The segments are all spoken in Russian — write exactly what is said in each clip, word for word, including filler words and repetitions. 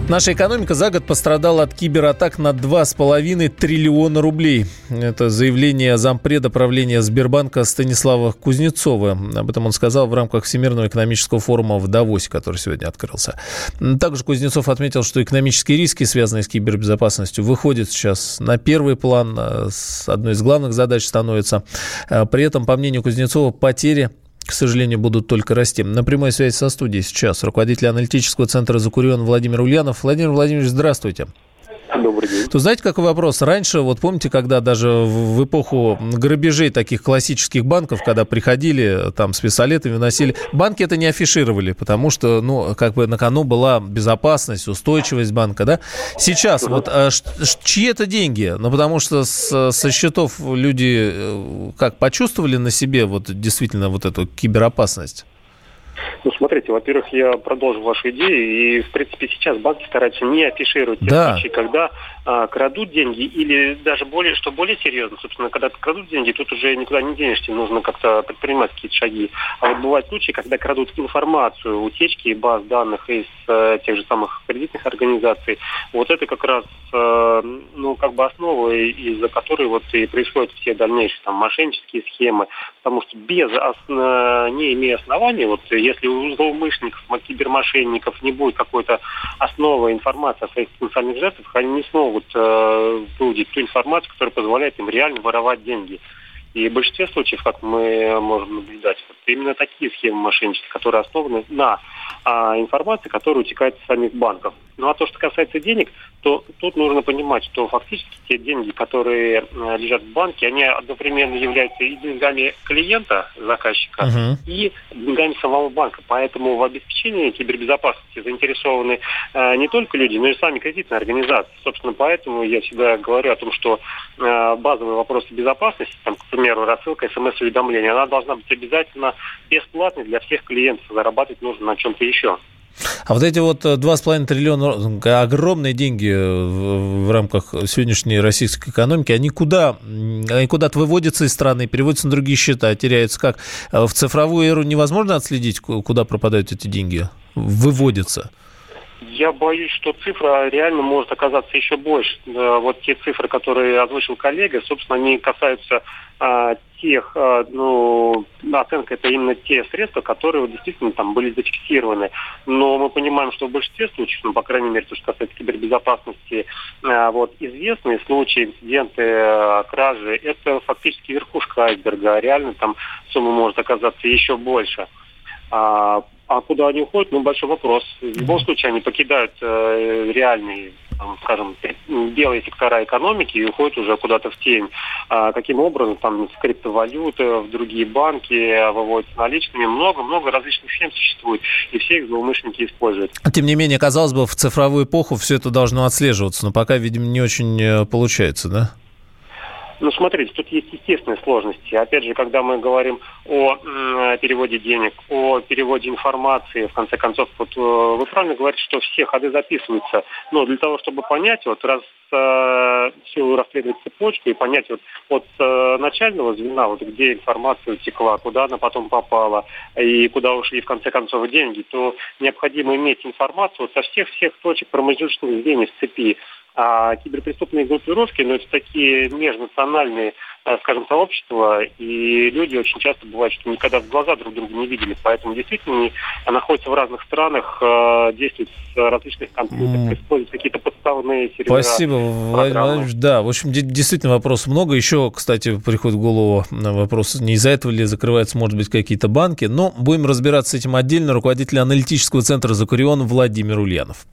Наша экономика за год пострадала от кибератак на два с половиной триллиона рублей. Это заявление зампреда правления Сбербанка Станислава Кузнецова. Об этом он сказал в рамках Всемирного экономического форума в Давосе, который сегодня открылся. Также Кузнецов отметил, что экономические риски, связанные с кибербезопасностью, выходят сейчас на первый план. Одной из главных задач становится. При этом, по мнению Кузнецова, потери, к сожалению, будут только расти. На прямой связи со студией сейчас руководитель аналитического центра «Закурион» Владимир Ульянов. Владимир Владимирович, здравствуйте. Добрый день. Тут знаете, какой вопрос? Раньше, вот помните, когда даже в эпоху грабежей таких классических банков, когда приходили там с пистолетами, выносили, банки это не афишировали, потому что, ну, как бы на кону была безопасность, устойчивость банка, да? Сейчас вот а, чьи это деньги? Ну, потому что с, со счетов люди как почувствовали на себе вот действительно вот эту киберопасность? Ну, смотрите, во-первых, я продолжу вашу идею, и, в принципе, сейчас банки стараются не афишировать те да. случаи, когда а, крадут деньги, или даже более, что более серьезно, собственно, когда крадут деньги, тут уже никуда не денешься, нужно как-то предпринимать какие-то шаги. А вот бывают случаи, когда крадут информацию, утечки баз данных из э, тех же самых кредитных организаций. Вот это как раз, э, ну, как бы основа, из-за которой вот и происходят все дальнейшие там мошеннические схемы, потому что без, осно... не имея оснований, вот если у злоумышленников, кибермошенников не будет какой-то основы информации о своих потенциальных жертвах, они не смогут э, выудить ту информацию, которая позволяет им реально воровать деньги. И в большинстве случаев, как мы можем наблюдать, вот именно такие схемы мошенничества, которые основаны на а, информации, которая утекает из самих банков. Ну а то, что касается денег, то тут нужно понимать, что фактически те деньги, которые а, лежат в банке, они одновременно являются и деньгами клиента, заказчика, uh-huh. и деньгами самого банка. Поэтому в обеспечении кибербезопасности заинтересованы а, не только люди, но и сами кредитные организации. Собственно, поэтому я всегда говорю о том, что а, базовые вопросы безопасности, там, к примеру, рассылка смс-уведомления, она должна быть обязательно бесплатной для всех клиентов. Зарабатывать нужно на чем-то еще. А вот эти вот два с половиной триллиона, огромные деньги в, в рамках сегодняшней российской экономики, они куда? Они куда-то выводятся из страны, переводятся на другие счета, теряются как? В цифровую эру невозможно отследить, куда пропадают эти деньги? Выводятся? Я боюсь, что цифра реально может оказаться еще больше. Вот те цифры, которые озвучил коллега, собственно, они касаются а, тех, а, ну, оценка это именно те средства, которые действительно там были зафиксированы. Но мы понимаем, что в большинстве случаев, ну, по крайней мере, то, что касается кибербезопасности, а, вот известные случаи, инциденты, а, кражи, это фактически верхушка айсберга. Реально там сумма может оказаться еще больше. А, а куда они уходят, ну, большой вопрос. В любом случае, они покидают э, реальные, там, скажем, белые сектора экономики и уходят уже куда-то в тень. А каким образом? Там в криптовалюты, в другие банки выводятся наличными. Много-много различных схем существует, и все их злоумышленники используют. Тем не менее, казалось бы, в цифровую эпоху все это должно отслеживаться, но пока, видимо, не очень получается, да? Ну, смотрите, тут есть естественные сложности. Опять же, когда мы говорим о м, переводе денег, о переводе информации, в конце концов, вот вы правильно говорите, что все ходы записываются. Но для того, чтобы понять, вот раз э, всю расследовать цепочку и понять вот от э, начального звена, вот где информация утекла, куда она потом попала и куда ушли, в конце концов, деньги, то необходимо иметь информацию вот со всех-всех точек промежуточных звеньев цепи. А киберпреступные группировки, ну, это такие межнациональные, скажем, сообщества, и люди очень часто бывает, что никогда в глаза друг друга не видели, поэтому действительно они находятся в разных странах, действуют с различных компьютеров, mm. используют какие-то подставные сервера. Спасибо, Владимир Владимирович. Да, в общем, действительно вопросов много. Еще, кстати, приходит в голову вопрос, не из-за этого ли закрываются, может быть, какие-то банки, но будем разбираться с этим отдельно. Руководитель аналитического центра «Закурион» Владимир Ульянов.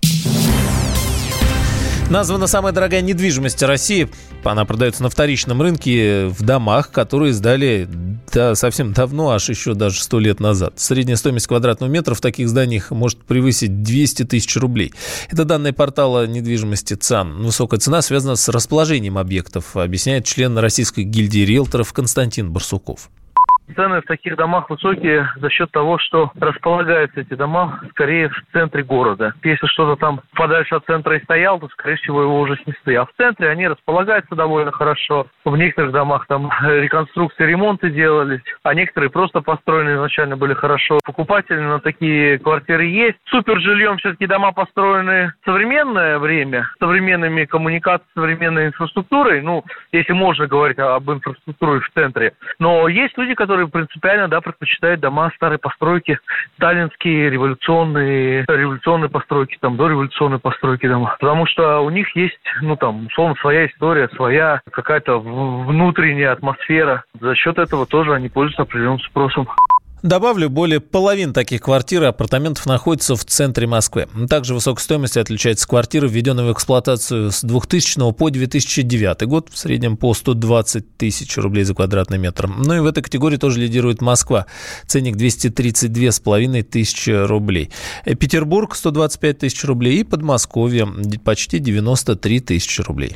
Названа самая дорогая недвижимость России. Она продается на вторичном рынке в домах, которые сдали да, совсем давно, аж еще даже сто лет назад. Средняя стоимость квадратного метра в таких зданиях может превысить двести тысяч рублей. Это данные портала недвижимости ЦАН. Высокая цена связана с расположением объектов, объясняет член Российской гильдии риэлторов Константин Барсуков. Цены в таких домах высокие за счет того, что располагаются эти дома скорее в центре города. Если что-то там подальше от центра и стоял, то, скорее всего, его уже снесли. А в центре они располагаются довольно хорошо. В некоторых домах там реконструкции, ремонты делались, а некоторые просто построены изначально были хорошо. Покупатели на такие квартиры есть. Супер жильем все-таки дома построены в современное время, с современными коммуникациями, современной инфраструктурой. Ну, если можно говорить об инфраструктуре в центре. Но есть люди, которые принципиально, да, предпочитают дома старой постройки, сталинские, революционные, революционные постройки, там, дореволюционные постройки дома. Потому что у них есть, ну, там, условно, своя история, своя какая-то внутренняя атмосфера. За счет этого тоже они пользуются определенным спросом. Добавлю, более половины таких квартир и апартаментов находятся в центре Москвы. Также высокой стоимостью отличаются квартиры, введенные в эксплуатацию с двухтысячного по две тысячи девятый год, в среднем по сто двадцать тысяч рублей за квадратный метр. Ну и в этой категории тоже лидирует Москва. Ценник двести тридцать две с половиной тысячи рублей. Петербург сто двадцать пять тысяч рублей и Подмосковье почти девяносто три тысячи рублей.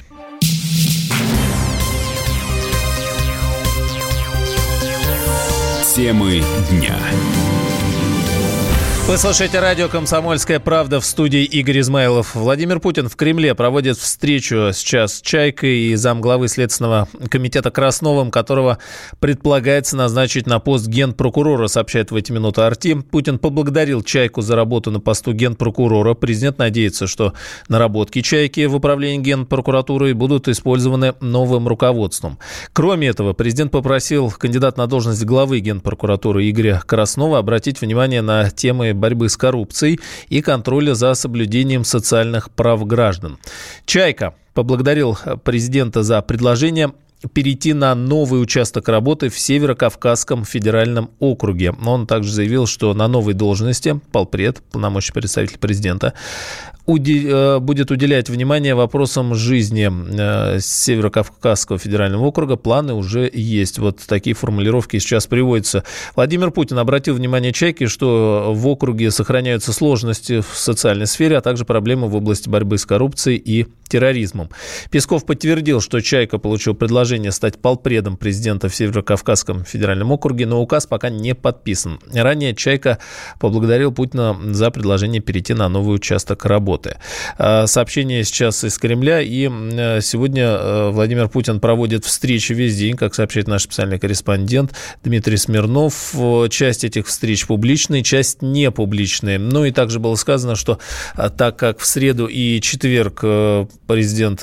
Темы дня. Вы слушаете радио «Комсомольская правда», в студии Игорь Измайлов. Владимир Путин в Кремле проводит встречу сейчас с Чайкой и замглавы Следственного комитета Красновым, которого предполагается назначить на пост генпрокурора, сообщает в эти минуты Арти. Путин поблагодарил Чайку за работу на посту генпрокурора. Президент надеется, что наработки Чайки в управлении генпрокуратурой будут использованы новым руководством. Кроме этого, президент попросил кандидата на должность главы генпрокуратуры Игоря Краснова обратить внимание на темы борьбы с коррупцией и контроля за соблюдением социальных прав граждан. Чайка поблагодарил президента за предложение перейти на новый участок работы в Северо-Кавказском федеральном округе. Он также заявил, что на новой должности полпред, полномочный представитель президента, будет уделять внимание вопросам жизни Северо-Кавказского федерального округа. Планы уже есть. Вот такие формулировки сейчас приводятся. Владимир Путин обратил внимание Чайки, что в округе сохраняются сложности в социальной сфере, а также проблемы в области борьбы с коррупцией и терроризмом. Песков подтвердил, что Чайка получил предложение стать полпредом президента в Северо-Кавказском федеральном округе, но указ пока не подписан. Ранее Чайка поблагодарил Путина за предложение перейти на новый участок работы. Сообщение сейчас из Кремля, и сегодня Владимир Путин проводит встречи весь день, как сообщает наш специальный корреспондент Дмитрий Смирнов. Часть этих встреч публичные, часть не публичные. Ну и также было сказано, что так как в среду и четверг президент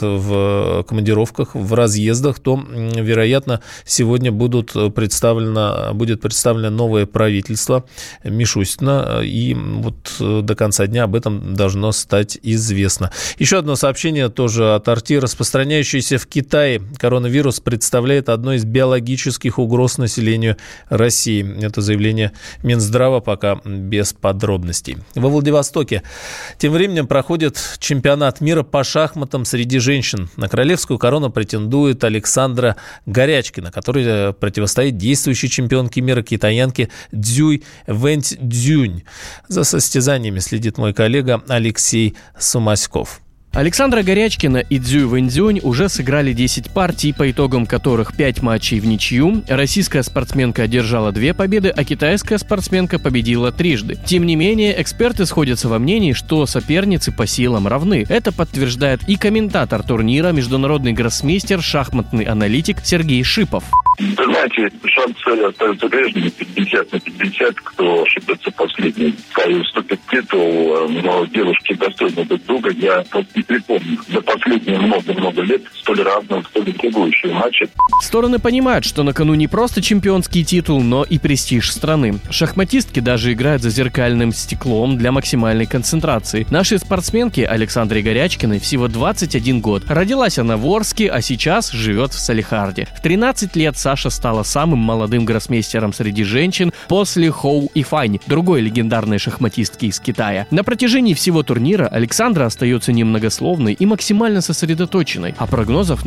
в командировках, в разъездах, то, вероятно, сегодня будут представлено, будет представлено новое правительство Мишустина, и вот до конца дня об этом должно стать известно. Еще одно сообщение тоже от Арти. Распространяющийся в Китае коронавирус представляет одной из биологических угроз населению России. Это заявление Минздрава, пока без подробностей. Во Владивостоке тем временем проходит чемпионат мира по шахматам среди женщин. На королевскую корону претендует Александра Горячкина, которая противостоит действующей чемпионке мира китаянке Цзюй Вэньцзюнь. За состязаниями следит мой коллега Алексей Сумаськов. Александра Горячкина и Цзюй Вэньцзюнь уже сыграли десять партий, по итогам которых пять матчей в ничью. Российская спортсменка одержала две победы, а китайская спортсменка победила трижды. Тем не менее, эксперты сходятся во мнении, что соперницы по силам равны. Это подтверждает и комментатор турнира, международный гроссмейстер, шахматный аналитик Сергей Шипов. Вы знаете, шансы остаются прежними, пятьдесят на пятьдесят, кто ошибется последний. Кому уступит титул, но девушки достойны друг друга. Я вот не припомню за последние много-много лет столь разные, столь интригующие матчи. Стороны понимают, что на кону не просто чемпионский титул, но и престиж страны. Шахматистки даже играют за зеркальным стеклом для максимальной концентрации. Нашей спортсменке Александре Горячкиной всего двадцать один год. Родилась она в Орске, а сейчас живет в Салехарде. В тринадцать лет Саша стала самым молодым гроссмейстером среди женщин после Хоу Ифань, другой легендарной шахматистки из Китая. На протяжении всего турнира Александра остается немногословной и максимально сосредоточенной, а прогнозов на ход турнира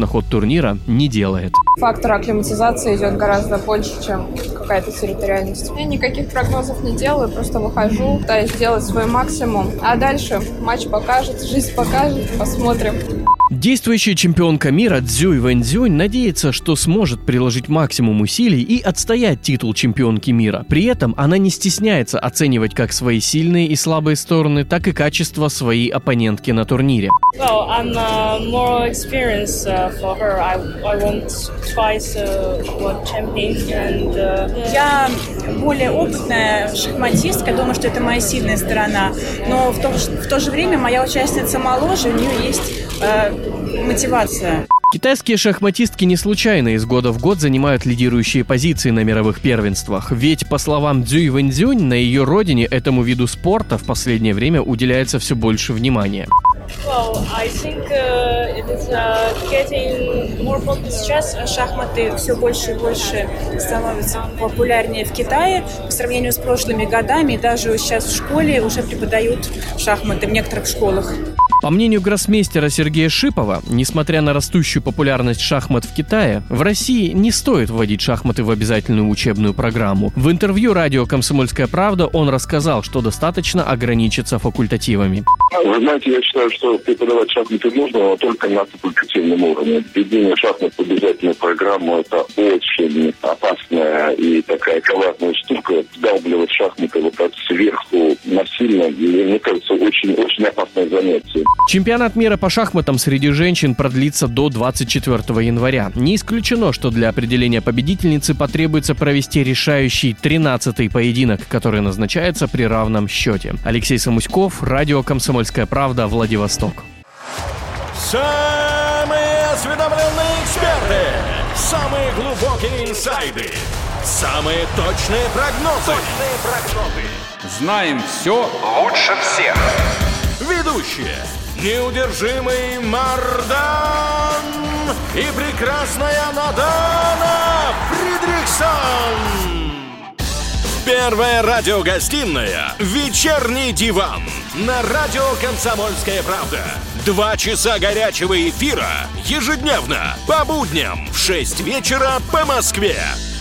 турнира не делает. Фактор акклиматизации идет гораздо больше, чем какая-то территориальность. Я никаких прогнозов не делаю, просто выхожу, пытаюсь сделать свой максимум. А дальше матч покажет, жизнь покажет, посмотрим. Действующая чемпионка мира Цзюй Вэньцзюнь надеется, что сможет приложить максимум усилий и отстоять титул чемпионки мира. При этом она не стесняется оценивать как свои сильные и слабые стороны, так и качество своей оппонентки на турнире. Well, I'm uh, more experienced uh, for her. I, I won twice uh, world champion, and uh... Я более опытная шахматистка, думаю, что это моя сильная сторона. Но в то, в то же время моя участница моложе, у нее есть э, мотивация. Китайские шахматистки не случайно из года в год занимают лидирующие позиции на мировых первенствах. Ведь, по словам Цзюй Вэньцзюнь, на ее родине этому виду спорта в последнее время уделяется все больше внимания. Well, I think uh, it is uh, getting more popular. Сейчас шахматы все больше и больше становятся популярнее в Китае по сравнению с прошлыми годами. И даже сейчас в школе уже преподают шахматы в некоторых школах. По мнению гроссмейстера Сергея Шипова, несмотря на растущую популярность шахмат в Китае, в России не стоит вводить шахматы в обязательную учебную программу. В интервью радио «Комсомольская правда» он рассказал, что достаточно ограничиться факультативами. Вы знаете, я считаю, что преподавать шахматы нужно, но только на факультативном уровне. Введение шахмат в обязательную программу – это очень опасная и такая коварная штука. Вдалбливать шахматы вот так сверху насильно, мне кажется, очень-очень опасное занятие. Чемпионат мира по шахматам среди женщин продлится до двадцать четвёртого января. Не исключено, что для определения победительницы потребуется провести решающий тринадцатый поединок, который назначается при равном счете. Алексей Самуськов, радио «Комсомольская правда», Владивосток. Самые осведомленные эксперты, самые глубокие инсайды, самые точные прогнозы. Точные прогнозы. Знаем все лучше всех. Ведущие: неудержимый Мардан и прекрасная Надана Фридрихсон. Первая радиогостинная «Вечерний диван» на радио «Комсомольская правда». Два часа горячего эфира ежедневно по будням в шесть вечера по Москве.